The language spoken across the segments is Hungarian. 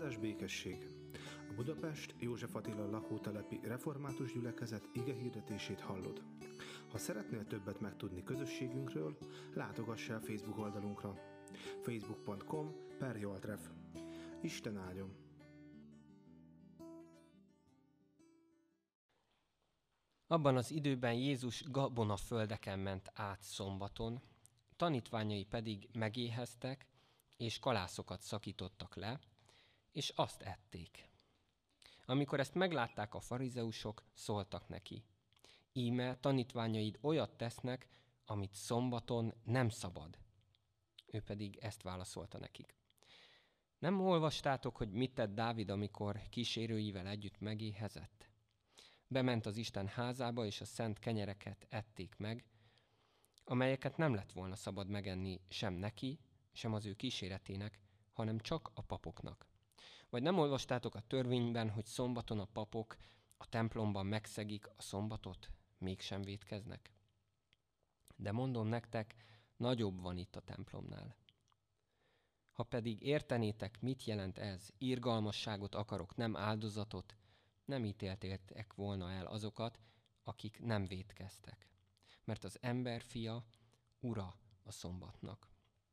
Áldás békesség! A Budapest József Attila lakótelepi református gyülekezet igehirdetését hallod. Ha szeretnél többet megtudni közösségünkről, látogass el Facebook oldalunkra. facebook.com/joltref. Isten áldjon! Abban az időben Jézus gabonaföldeken ment át szombaton, tanítványai pedig megéheztek, és kalászokat szakítottak le, és azt ették. Amikor ezt meglátták a farizeusok, szóltak neki: íme tanítványaid olyat tesznek, amit szombaton nem szabad. Ő pedig ezt válaszolta nekik: nem olvastátok, hogy mit tett Dávid, amikor kísérőivel együtt megéhezett? Bement az Isten házába, és a szent kenyereket ették meg, amelyeket nem lett volna szabad megenni sem neki, sem az ő kíséretének, hanem csak a papoknak. Vagy nem olvastátok a törvényben, hogy szombaton a papok a templomban megszegik a szombatot, mégsem vétkeznek? De mondom nektek, nagyobb van itt a templomnál. Ha pedig értenétek, mit jelent ez, irgalmasságot akarok, nem áldozatot, nem ítéltétek volna el azokat, akik nem vétkeztek. Mert az ember fia ura a szombatnak.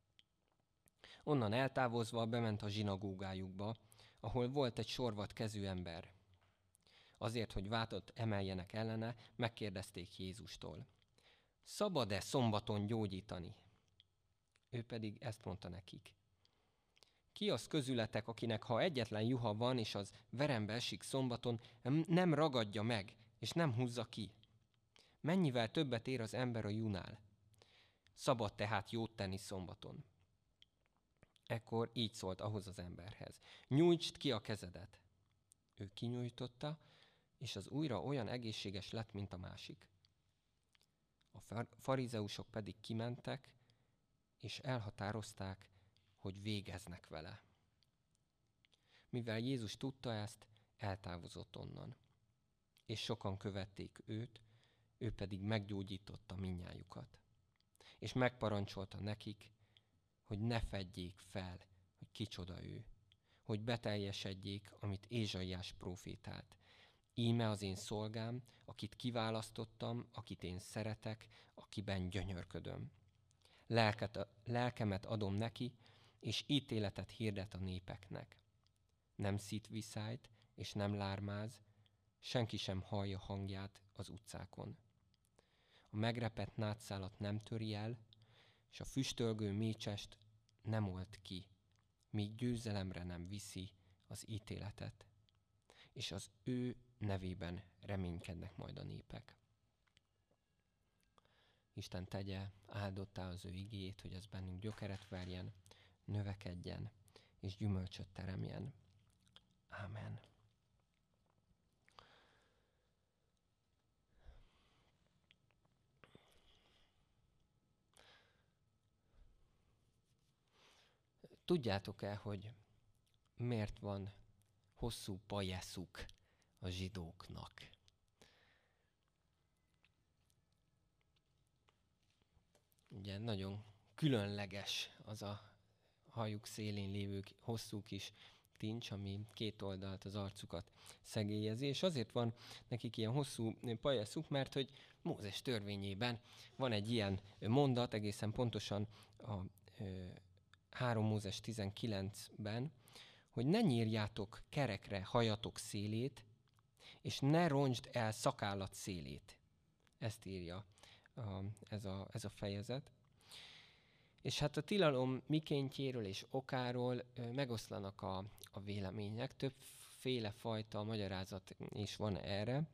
Onnan eltávozva bement a zsinagógájukba, ahol volt egy sorvadt kezű ember. Azért, hogy vádat emeljenek ellene, megkérdezték Jézustól: szabad-e szombaton gyógyítani? Ő pedig ezt mondta nekik: ki az közületek, akinek ha egyetlen juha van, és az verembe esik szombaton, nem ragadja meg, és nem húzza ki? Mennyivel többet ér az ember a junál? Szabad tehát jót tenni szombaton. Ekkor így szólt ahhoz az emberhez: nyújtsd ki a kezedet. Ő kinyújtotta, és az ujjra olyan egészséges lett, mint a másik. A farizeusok pedig kimentek, és elhatározták, hogy végeznek vele. Mivel Jézus tudta ezt, eltávozott onnan. És sokan követték őt, ő pedig meggyógyította mindnyájukat. És megparancsolta nekik, hogy ne fedjék fel, hogy kicsoda ő, hogy beteljesedjék, amit Ézsaiás prófétált. Íme az én szolgám, akit kiválasztottam, akit én szeretek, akiben gyönyörködöm. Lelkemet adom neki, és ítéletet hirdet a népeknek. Nem szít viszályt, és nem lármáz, senki sem hallja hangját az utcákon. A megrepett nátszálat nem töri el, és a füstölgő mécsest nem old ki, míg győzelemre nem viszi az ítéletet. És az ő nevében reménykednek majd a népek. Isten tegye áldottá az ő igéjét, hogy ez bennünk gyökeret verjen, növekedjen és gyümölcsöt teremjen. Ámen. Tudjátok-e, hogy miért van hosszú pajeszuk a zsidóknak? Ugye nagyon különleges az a hajuk szélén lévő hosszú kis tincs, ami két oldalt az arcukat szegélyezi, és azért van nekik ilyen hosszú pajeszuk, mert hogy Mózes törvényében van egy ilyen mondat, egészen pontosan a 3 Mózes 19-ben, hogy ne nyírjátok kerekre hajatok szélét, és ne roncsd el szakállat szélét. Ezt írja ez a fejezet. És hát a tilalom mikéntjéről és okáról megoszlanak a vélemények. Többféle fajta magyarázat is van erre.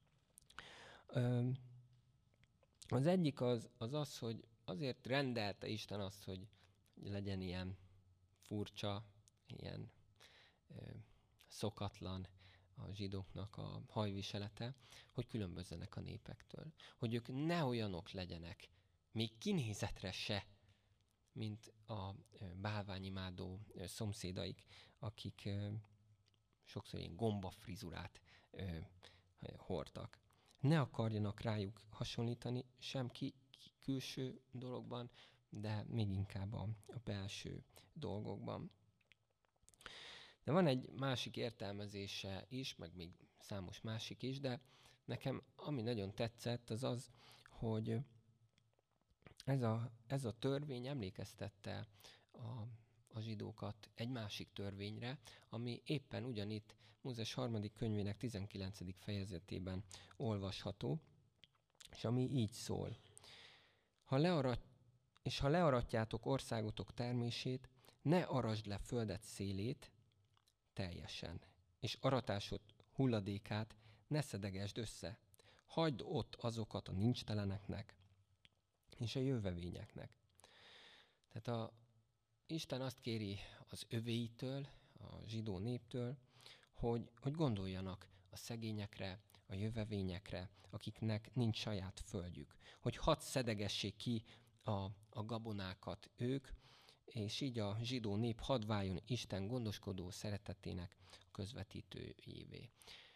Az egyik az, hogy azért rendelte Isten azt, hogy legyen ilyen furcsa, ilyen szokatlan a zsidóknak a hajviselete, hogy különbözzenek a népektől. Hogy ők ne olyanok legyenek, még kinézetre se, mint a bálványimádó szomszédaik, akik sokszor ilyen gombafrizurát hordtak. Ne akarjanak rájuk hasonlítani, sem külső dologban, de még inkább a belső dolgokban. De van egy másik értelmezése is, meg még számos másik is, de nekem ami nagyon tetszett, az az, hogy ez a törvény emlékeztette a zsidókat egy másik törvényre, ami éppen ugyanitt Mózes 3. könyvének 19. fejezetében olvasható, és ami így szól. Ha learatjátok országotok termését, ne arasd le földet szélét teljesen, és aratásod hulladékát ne szedegesd össze. Hagyd ott azokat a nincsteleneknek és a jövevényeknek. Tehát Isten azt kéri az övéitől, a zsidó néptől, hogy gondoljanak a szegényekre, a jövevényekre, akiknek nincs saját földjük. Hogy hadd szedegessék ki a gabonákat ők, és így a zsidó nép hadd váljon Isten gondoskodó szeretetének közvetítőjévé.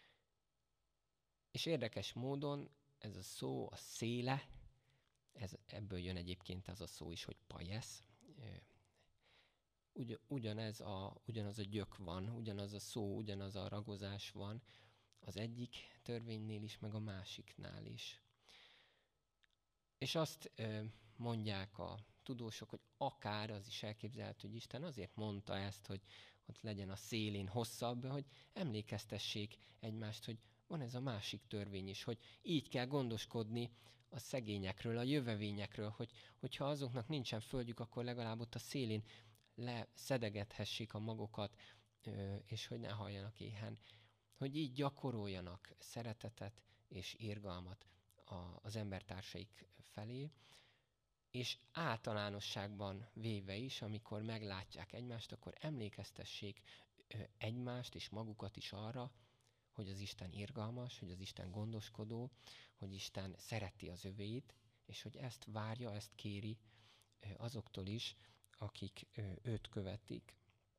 És érdekes módon ez a szó, a széle, ebből jön egyébként az a szó is, hogy pajesz. Ugyanaz a gyök van, ugyanaz a szó, ugyanaz a ragozás van az egyik törvénynél is, meg a másiknál is. És azt mondják a tudósok, hogy akár az is elképzelhető, hogy Isten azért mondta ezt, hogy ott legyen a szélén hosszabb, hogy emlékeztessék egymást, hogy van ez a másik törvény is, hogy így kell gondoskodni a szegényekről, a jövevényekről, hogyha azoknak nincsen földjük, akkor legalább ott a szélén leszedegethessék a magokat, és hogy ne halljanak éhen. Hogy így gyakoroljanak szeretetet és irgalmat az embertársaik felé, és általánosságban véve is, amikor meglátják egymást, akkor emlékeztessék egymást és magukat is arra, hogy az Isten irgalmas, hogy az Isten gondoskodó, hogy Isten szereti az övéit, és hogy ezt várja, ezt kéri azoktól is, akik őt követik.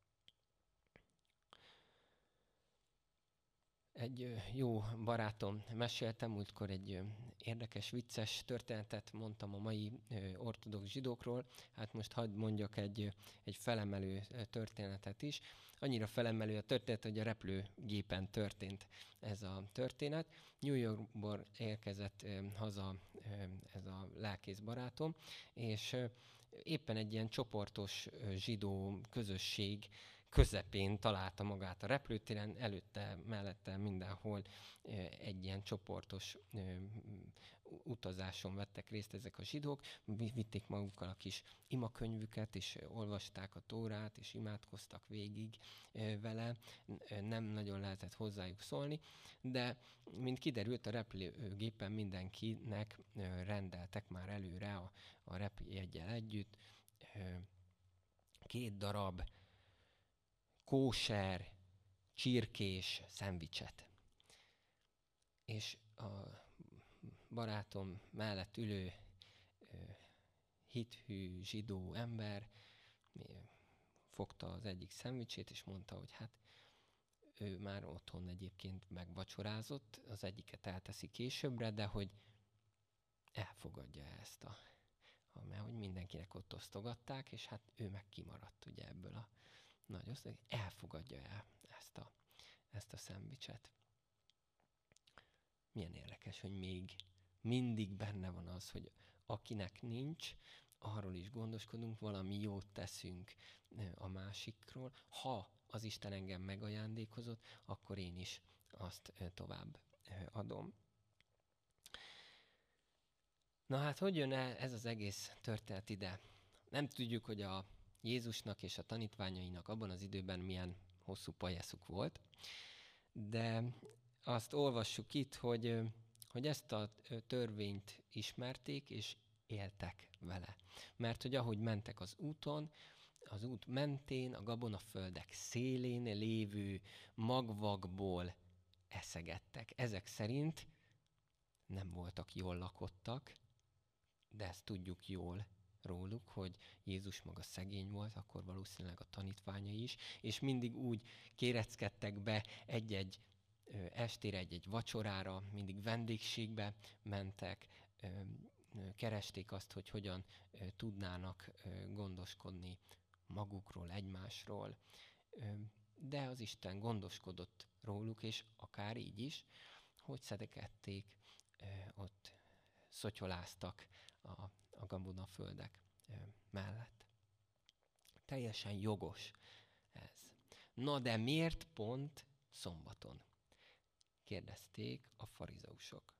Egy jó barátom mesélte múltkor egy érdekes, vicces történetet mondtam a mai ortodox zsidókról. Hát most hadd mondjak egy felemelő történetet is. Annyira felemelő a történet, hogy a repülőgépen történt ez a történet. New Yorkból érkezett haza ez a lelkész barátom, és éppen egy ilyen csoportos zsidó közösség közepén találta magát a repülőtéren, előtte, mellette mindenhol egy ilyen csoportos utazáson vettek részt ezek a zsidók, vitték magukkal a kis imakönyvüket, és olvasták a Tórát, és imádkoztak végig vele, nem nagyon lehetett hozzájuk szólni, de mint kiderült, a repülőgépen mindenkinek rendeltek már előre a repjeggyel együtt 2 darab kóser, csirkés szendvicset. És a barátom mellett ülő hithű zsidó ember fogta az egyik szendvicsét, és mondta, hogy hát ő már otthon egyébként megvacsorázott, az egyiket elteszi későbbre, de hogy elfogadja ezt mert hogy mindenkinek ott osztogatták, és hát ő meg kimaradt ugye ebből a nagy osztag, elfogadja el ezt a szendvicset. Milyen érdekes, hogy még mindig benne van az, hogy akinek nincs, arról is gondoskodunk, valami jót teszünk a másikról. Ha az Isten engem megajándékozott, akkor én is azt tovább adom. Na hát, hogy jön ez az egész történet ide? Nem tudjuk, hogy a Jézusnak és a tanítványainak abban az időben milyen hosszú pajeszuk volt, de azt olvassuk itt, hogy ezt a törvényt ismerték, és éltek vele. Mert hogy ahogy mentek az úton, az út mentén, a gabonaföldek szélén lévő magvakból eszegettek. Ezek szerint nem voltak jól lakottak, de ezt tudjuk jól róluk, hogy Jézus maga szegény volt, akkor valószínűleg a tanítványai is, és mindig úgy kéreckedtek be egy-egy estére, egy-egy vacsorára, mindig vendégségbe mentek, keresték azt, hogy hogyan tudnának gondoskodni magukról, egymásról. de az Isten gondoskodott róluk, és akár így is, hogy szedegették, ott szotyoláztak a gabonaföldek mellett. Teljesen jogos ez. Na de miért pont szombaton? Kérdezték a farizeusok.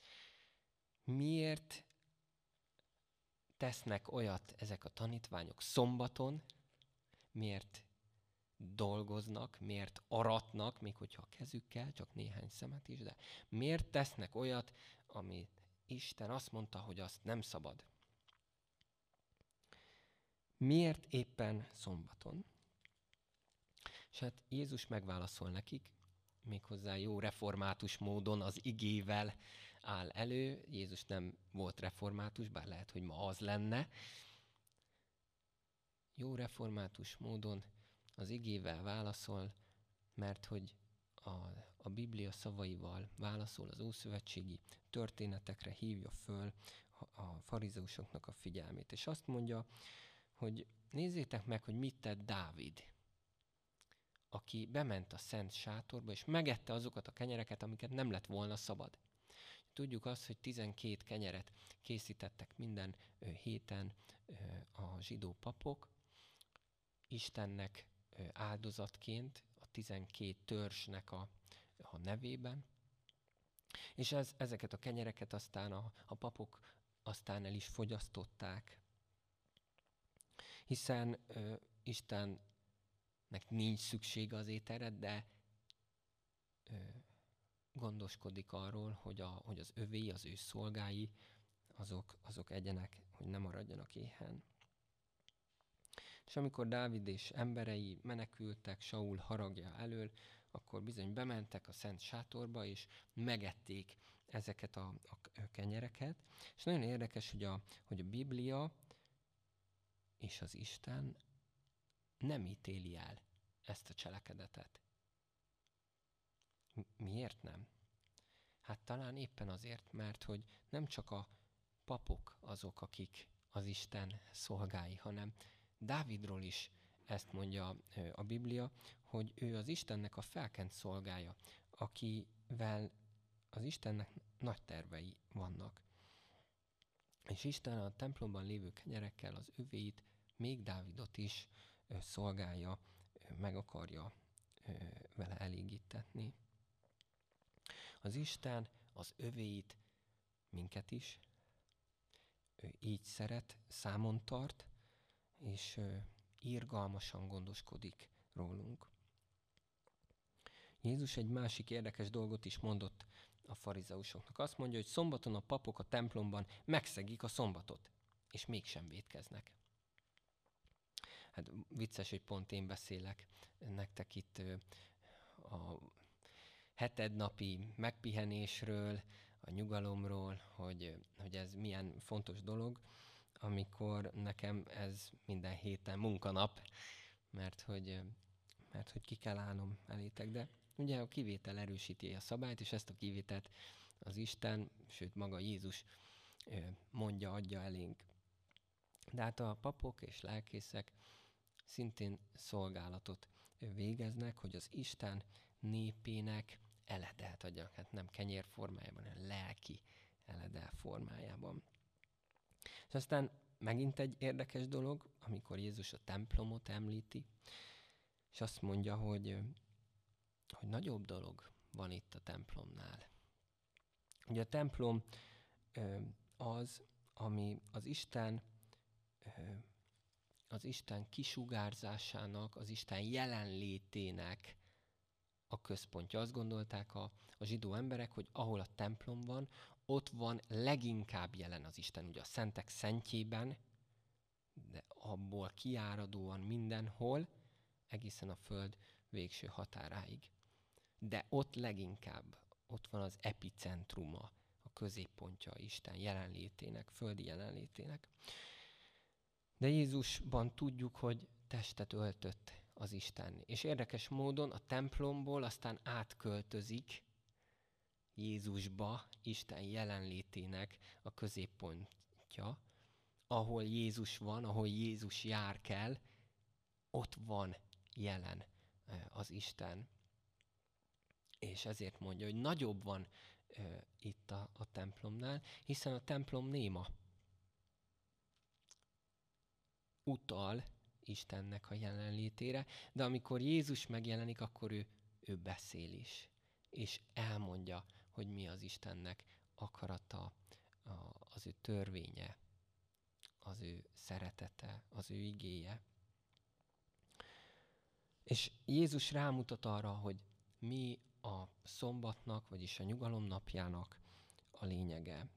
Miért tesznek olyat ezek a tanítványok szombaton? Miért dolgoznak, miért aratnak, még hogyha a kezükkel, csak néhány szemet is, de miért tesznek olyat, amit Isten azt mondta, hogy azt nem szabad? Miért éppen szombaton? És hát Jézus megválaszol nekik, méghozzá jó református módon az igével áll elő. Jézus nem volt református, bár lehet, hogy ma az lenne. Jó református módon az igével válaszol, mert hogy a Biblia szavaival válaszol, az ószövetségi történetekre hívja föl a farizeusoknak a figyelmét. És azt mondja, hogy nézzétek meg, hogy mit tett Dávid, aki bement a szent sátorba, és megette azokat a kenyereket, amiket nem lett volna szabad. Tudjuk azt, hogy 12 kenyeret készítettek minden héten a zsidó papok, Istennek áldozatként, a 12 törzsnek a nevében, és ezeket a kenyereket aztán a papok aztán el is fogyasztották, hiszen Istennek nincs szüksége az ételre, de gondoskodik arról, hogy az övéi, az ő szolgái, azok egyenek, hogy ne maradjanak éhen. És amikor Dávid és emberei menekültek Saul haragja elől, akkor bizony bementek a szent sátorba, és megették ezeket a kenyereket. És nagyon érdekes, hogy a Biblia és az Isten nem ítéli el ezt a cselekedetet. Miért nem? Hát talán éppen azért, mert hogy nem csak a papok azok, akik az Isten szolgái, hanem Dávidról is ezt mondja a Biblia, hogy ő az Istennek a felkent szolgája, akivel az Istennek nagy tervei vannak. És Isten a templomban lévő kenyerekkel az övéit, még Dávidot is szolgálja, meg akarja vele elégítetni. Az Isten az övéit, minket is, így szeret, számon tart, és irgalmasan gondoskodik rólunk. Jézus egy másik érdekes dolgot is mondott a farizeusoknak. Azt mondja, hogy szombaton a papok a templomban megszegik a szombatot, és mégsem vétkeznek. Hát vicces, hogy pont én beszélek nektek itt a hetednapi megpihenésről, a nyugalomról, hogy ez milyen fontos dolog, amikor nekem ez minden héten munkanap, mert hogy ki kell állnom elétek. De ugye a kivétel erősíti a szabályt, és ezt a kivételt az Isten, sőt maga Jézus mondja, adja elénk. De hát a papok és lelkészek szintén szolgálatot végeznek, hogy az Isten népének eledelt adjanak, hát nem kenyér formájában, hanem lelki eledel formájában. És aztán megint egy érdekes dolog, amikor Jézus a templomot említi, és azt mondja, hogy nagyobb dolog van itt a templomnál. Ugye a templom az, ami az Isten kisugárzásának, az Isten jelenlétének a központja. Azt gondolták a zsidó emberek, hogy ahol a templom van, ott van leginkább jelen az Isten, ugye a szentek szentjében, de abból kiáradóan mindenhol, egészen a föld végső határáig. De ott leginkább, ott van az epicentruma, a középpontja Isten jelenlétének, földi jelenlétének. De Jézusban tudjuk, hogy testet öltött az Isten. És érdekes módon a templomból aztán átköltözik Jézusba, Isten jelenlétének a középpontja, ahol Jézus van, ahol Jézus jár kell, ott van jelen az Isten. És ezért mondja, hogy nagyobb van itt a templomnál, hiszen a templom néma. Utal Istennek a jelenlétére, de amikor Jézus megjelenik, akkor ő beszél is. És elmondja, hogy mi az Istennek akarata, az ő törvénye, az ő szeretete, az ő igéje. És Jézus rámutat arra, hogy mi a szombatnak, vagyis a nyugalom napjának a lényege.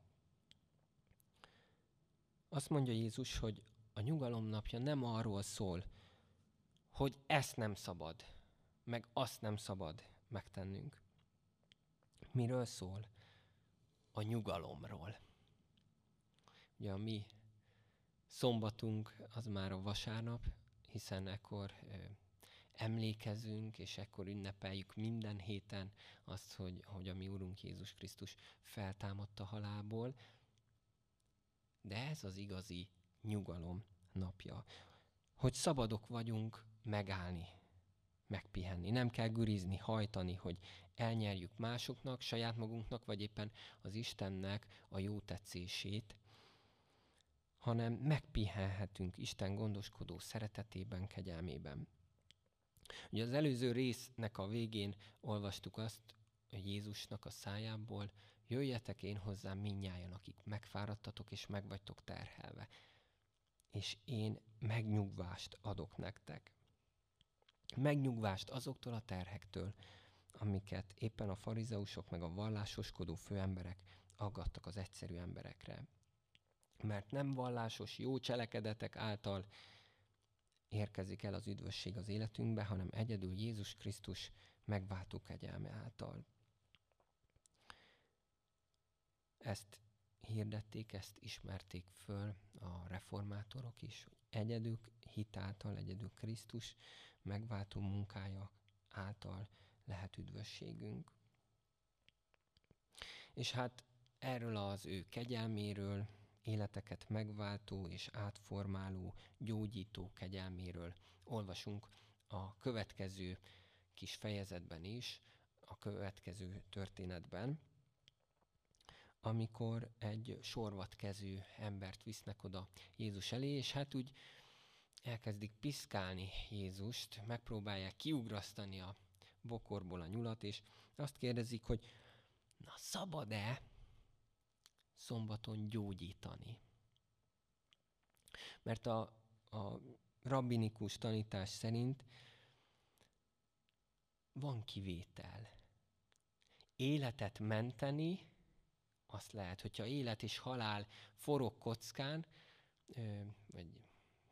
Azt mondja Jézus, hogy a nyugalom napja nem arról szól, hogy ezt nem szabad, meg azt nem szabad megtennünk. Miről szól? A nyugalomról. Ugye a mi szombatunk az már a vasárnap, hiszen ekkor emlékezünk, és ekkor ünnepeljük minden héten azt, hogy a mi Urunk Jézus Krisztus feltámadt a halálból. De ez az igazi nyugalom napja. Hogy szabadok vagyunk megállni, megpihenni. Nem kell gürizni, hajtani, hogy elnyerjük másoknak, saját magunknak, vagy éppen az Istennek a jó tetszését, hanem megpihenhetünk Isten gondoskodó szeretetében, kegyelmében. Ugye az előző résznek a végén olvastuk azt Jézusnak a szájából, jöjjetek én hozzám mindnyájan, akik megfáradtatok és meg vagytok terhelve, és én megnyugvást adok nektek. Megnyugvást azoktól a terhektől, amiket éppen a farizeusok meg a vallásoskodó főemberek aggattak az egyszerű emberekre. Mert nem vallásos jó cselekedetek által érkezik el az üdvösség az életünkbe, hanem egyedül Jézus Krisztus megváltó kegyelme által. Ezt hirdették, ezt ismerték föl a reformátorok is, hogy egyedül hit által, egyedül Krisztus megváltó munkája által lehet üdvösségünk. És hát erről az ő kegyelméről, életeket megváltó és átformáló, gyógyító kegyelméről olvasunk a következő kis fejezetben is, a következő történetben, amikor egy sorvatkezű embert visznek oda Jézus elé, és hát úgy elkezdik piszkálni Jézust, megpróbálják kiugrasztani a bokorból a nyulat, és azt kérdezik, hogy na szabad-e szombaton gyógyítani? Mert a rabbinikus tanítás szerint van kivétel. Életet menteni, azt lehet, hogyha élet és halál forog kockán, vagy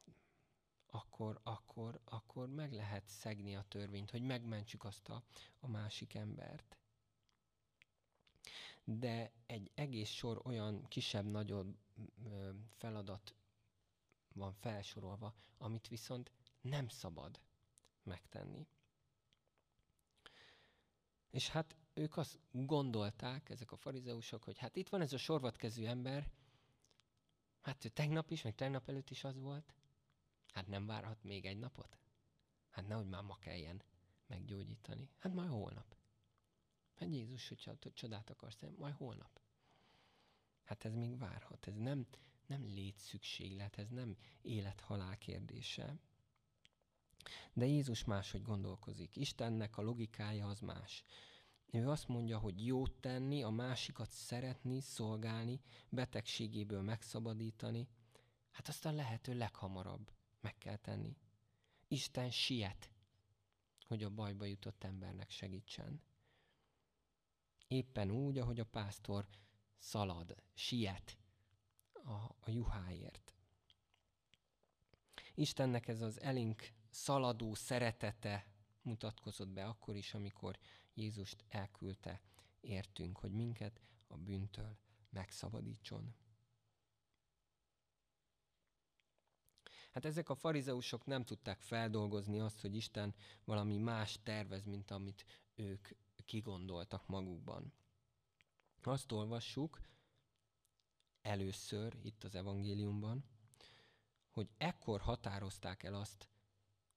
akkor meg lehet szegni a törvényt, hogy megmentsük azt a másik embert. De egy egész sor olyan kisebb-nagyobb feladat van felsorolva, amit viszont nem szabad megtenni. És hát ők azt gondolták, ezek a farizeusok, hogy hát itt van ez a sorvatkezű ember, hát ő tegnap is, meg tegnap előtt is az volt, hát nem várhat még egy napot? Hát nehogy már ma kelljen meggyógyítani. Hát majd holnap. Hát Jézus, hogyha csodát akarsz tenni, majd holnap. Hát ez még várhat, ez nem létszükséglet, ez nem élet-halál kérdése. De Jézus máshogy gondolkozik. Istennek a logikája az más. Ő azt mondja, hogy jót tenni, a másikat szeretni, szolgálni, betegségéből megszabadítani, hát azt a lehető leghamarabb meg kell tenni. Isten siet, hogy a bajba jutott embernek segítsen. Éppen úgy, ahogy a pásztor szalad, siet a juháért. Istennek ez az elénk szaladó szeretete mutatkozott be akkor is, amikor Jézust elküldte értünk, hogy minket a bűntől megszabadítson. Hát ezek a farizeusok nem tudták feldolgozni azt, hogy Isten valami más tervez, mint amit ők kigondoltak magukban. Azt olvassuk először itt az evangéliumban, hogy ekkor határozták el azt, hogy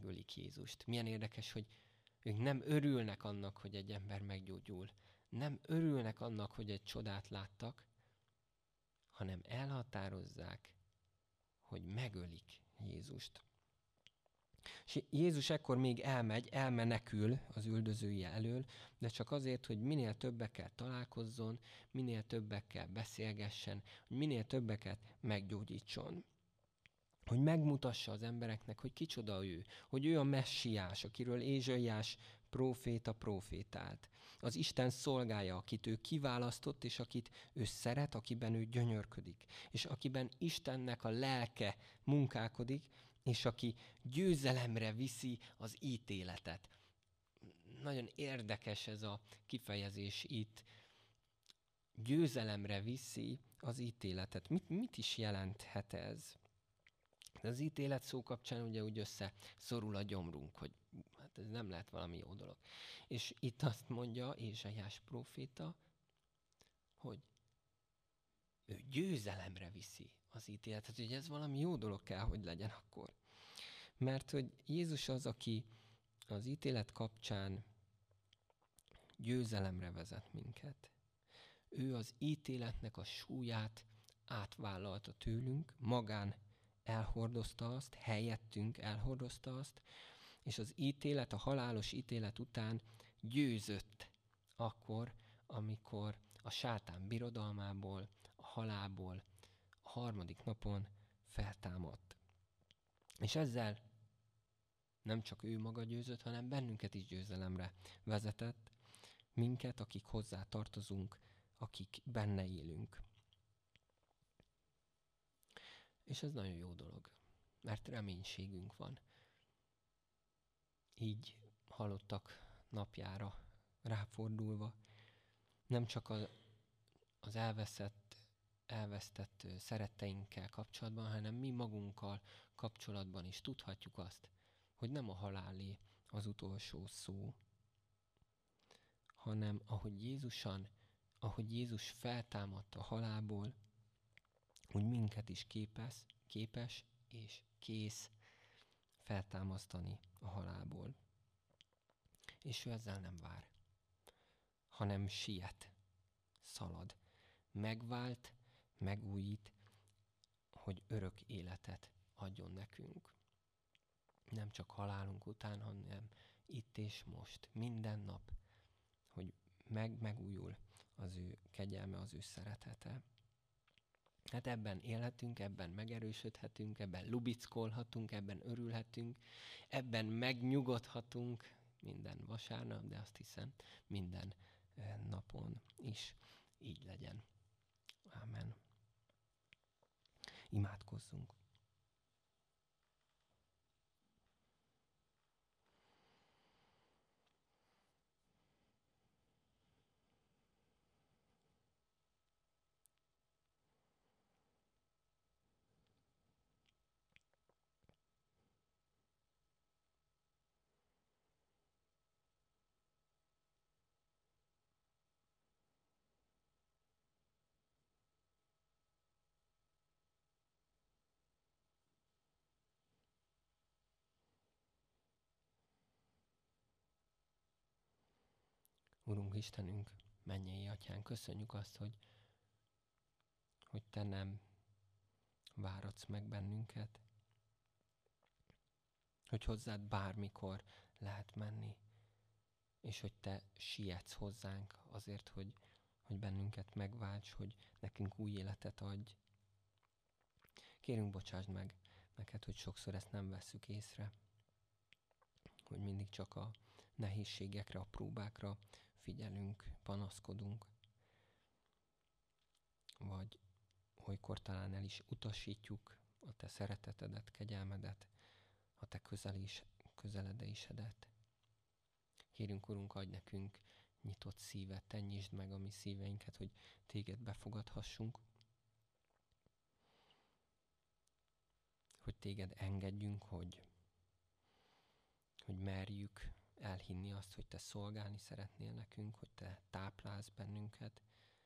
megölik Jézust. Milyen érdekes, hogy ők nem örülnek annak, hogy egy ember meggyógyul. Nem örülnek annak, hogy egy csodát láttak, hanem elhatározzák, hogy megölik Jézust. És Jézus ekkor még elmenekül az üldözője elől, de csak azért, hogy minél többekkel találkozzon, minél többekkel beszélgessen, hogy minél többeket meggyógyítson. Hogy megmutassa az embereknek, hogy kicsoda ő, hogy ő a messiás, akiről Ézsaiás próféta profétált. Az Isten szolgája, akit ő kiválasztott, és akit ő szeret, akiben ő gyönyörködik, és akiben Istennek a lelke munkálkodik, és aki győzelemre viszi az ítéletet. Nagyon érdekes ez a kifejezés itt. Győzelemre viszi az ítéletet. Mit is jelenthet ez? Az ítélet szó kapcsán ugye úgy összeszorul a gyomrunk, hogy hát ez nem lehet valami jó dolog. És itt azt mondja Ézsaiás próféta, hogy ő győzelemre viszi az ítéletet, hogy ez valami jó dolog kell, hogy legyen akkor. Mert hogy Jézus az, aki az ítélet kapcsán győzelemre vezet minket. Ő az ítéletnek a súlyát átvállalta tőlünk, magán elhordozta azt, helyettünk elhordozta azt, és az ítélet, a halálos ítélet után győzött akkor, amikor a sátán birodalmából, a halálból a harmadik napon feltámadt. És ezzel nem csak ő maga győzött, hanem bennünket is győzelemre vezetett, minket, akik hozzá tartozunk, akik benne élünk. És ez nagyon jó dolog, mert reménységünk van. Így halottak napjára ráfordulva, nem csak az elvesztett szeretteinkkel kapcsolatban, hanem mi magunkkal kapcsolatban is tudhatjuk azt, hogy nem a halálé az utolsó szó, hanem ahogy Jézus feltámadt a halálból, hogy minket is képes és kész feltámasztani a halálból. És ő ezzel nem vár, hanem siet, szalad, megvált, megújít, hogy örök életet adjon nekünk. Nem csak halálunk után, hanem itt és most, minden nap, hogy megújul az ő kegyelme, az ő szeretete. Hát ebben élhetünk, ebben megerősödhetünk, ebben lubickolhatunk, ebben örülhetünk, ebben megnyugodhatunk minden vasárnap, de azt hiszem minden napon is így legyen. Ámen. Imádkozzunk. Urunk Istenünk, mennyei Atyánk, köszönjük azt, hogy Te nem váradsz meg bennünket, hogy hozzád bármikor lehet menni, és hogy Te sietsz hozzánk azért, hogy bennünket megválts, hogy nekünk új életet adj. Kérünk, bocsásd meg neked, hogy sokszor ezt nem vesszük észre, hogy mindig csak a nehézségekre, a próbákra figyelünk, panaszkodunk, vagy olykor talán el is utasítjuk a Te szeretetedet, kegyelmedet, a Te közeledésedet. Kérünk, Urunk, adj nekünk nyitott szívet, Te nyisd meg a mi szíveinket, hogy Téged befogadhassunk, hogy Téged engedjünk, hogy merjük elhinni azt, hogy Te szolgálni szeretnél nekünk, hogy Te táplálsz bennünket,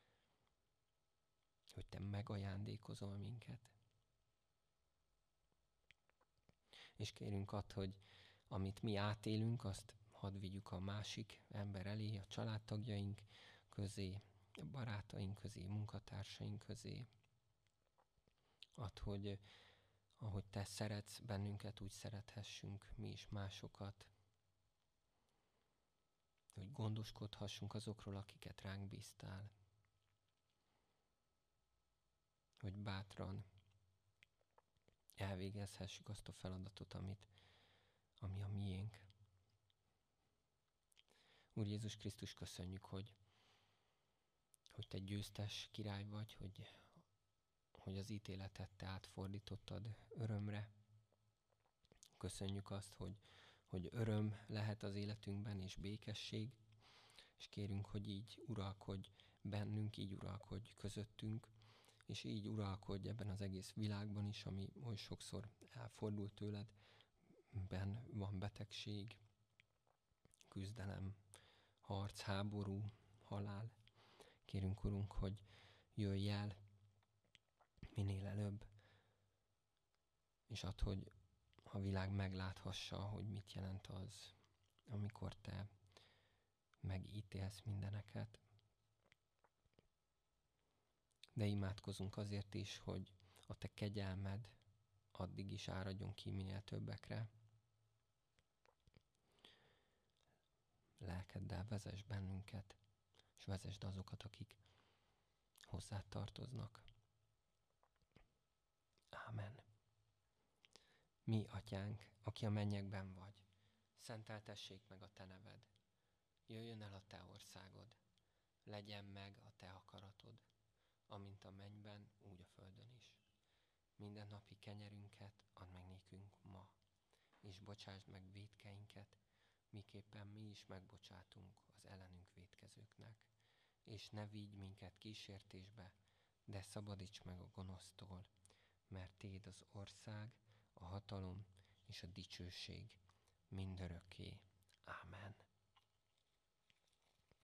hogy Te megajándékozol minket. És kérünk add, hogy amit mi átélünk, azt hadd vigyük a másik ember elé, a családtagjaink közé, a barátaink közé, munkatársaink közé. Add, hogy ahogy te szeretsz bennünket, úgy szerethessünk mi is másokat. Hogy gondoskodhassunk azokról, akiket ránk bíztál. Hogy bátran elvégezhessük azt a feladatot, ami a miénk. Úr Jézus Krisztus, köszönjük, hogy te győztes király vagy, hogy az ítéletet te átfordítottad örömre. Köszönjük azt, hogy öröm lehet az életünkben, és békesség, és kérünk, hogy így uralkodj bennünk, így uralkodj közöttünk, és így uralkodj ebben az egész világban is, ami oly sokszor elfordult tőled, van betegség, küzdelem, harc, háború, halál. Kérünk, Urunk, hogy jöjj el minél előbb, és add, hogy a világ megláthassa, hogy mit jelent az, amikor te megítélsz mindeneket. De imádkozunk azért is, hogy a te kegyelmed addig is áradjon ki minél többekre. Lelkeddel vezess bennünket, és vezesd azokat, akik hozzád tartoznak. Ámen. Mi, Atyánk, aki a mennyekben vagy, szenteltessék meg a te neved. Jöjjön el a te országod, legyen meg a te akaratod, amint a mennyben, úgy a földön is. Minden napi kenyerünket add meg nékünk ma, és bocsásd meg vétkeinket, miképpen mi is megbocsátunk az ellenünk vétkezőknek. És ne vigy minket kísértésbe, de szabadíts meg a gonosztól, mert téd az ország, a hatalom és a dicsőség mindörökké. Ámen.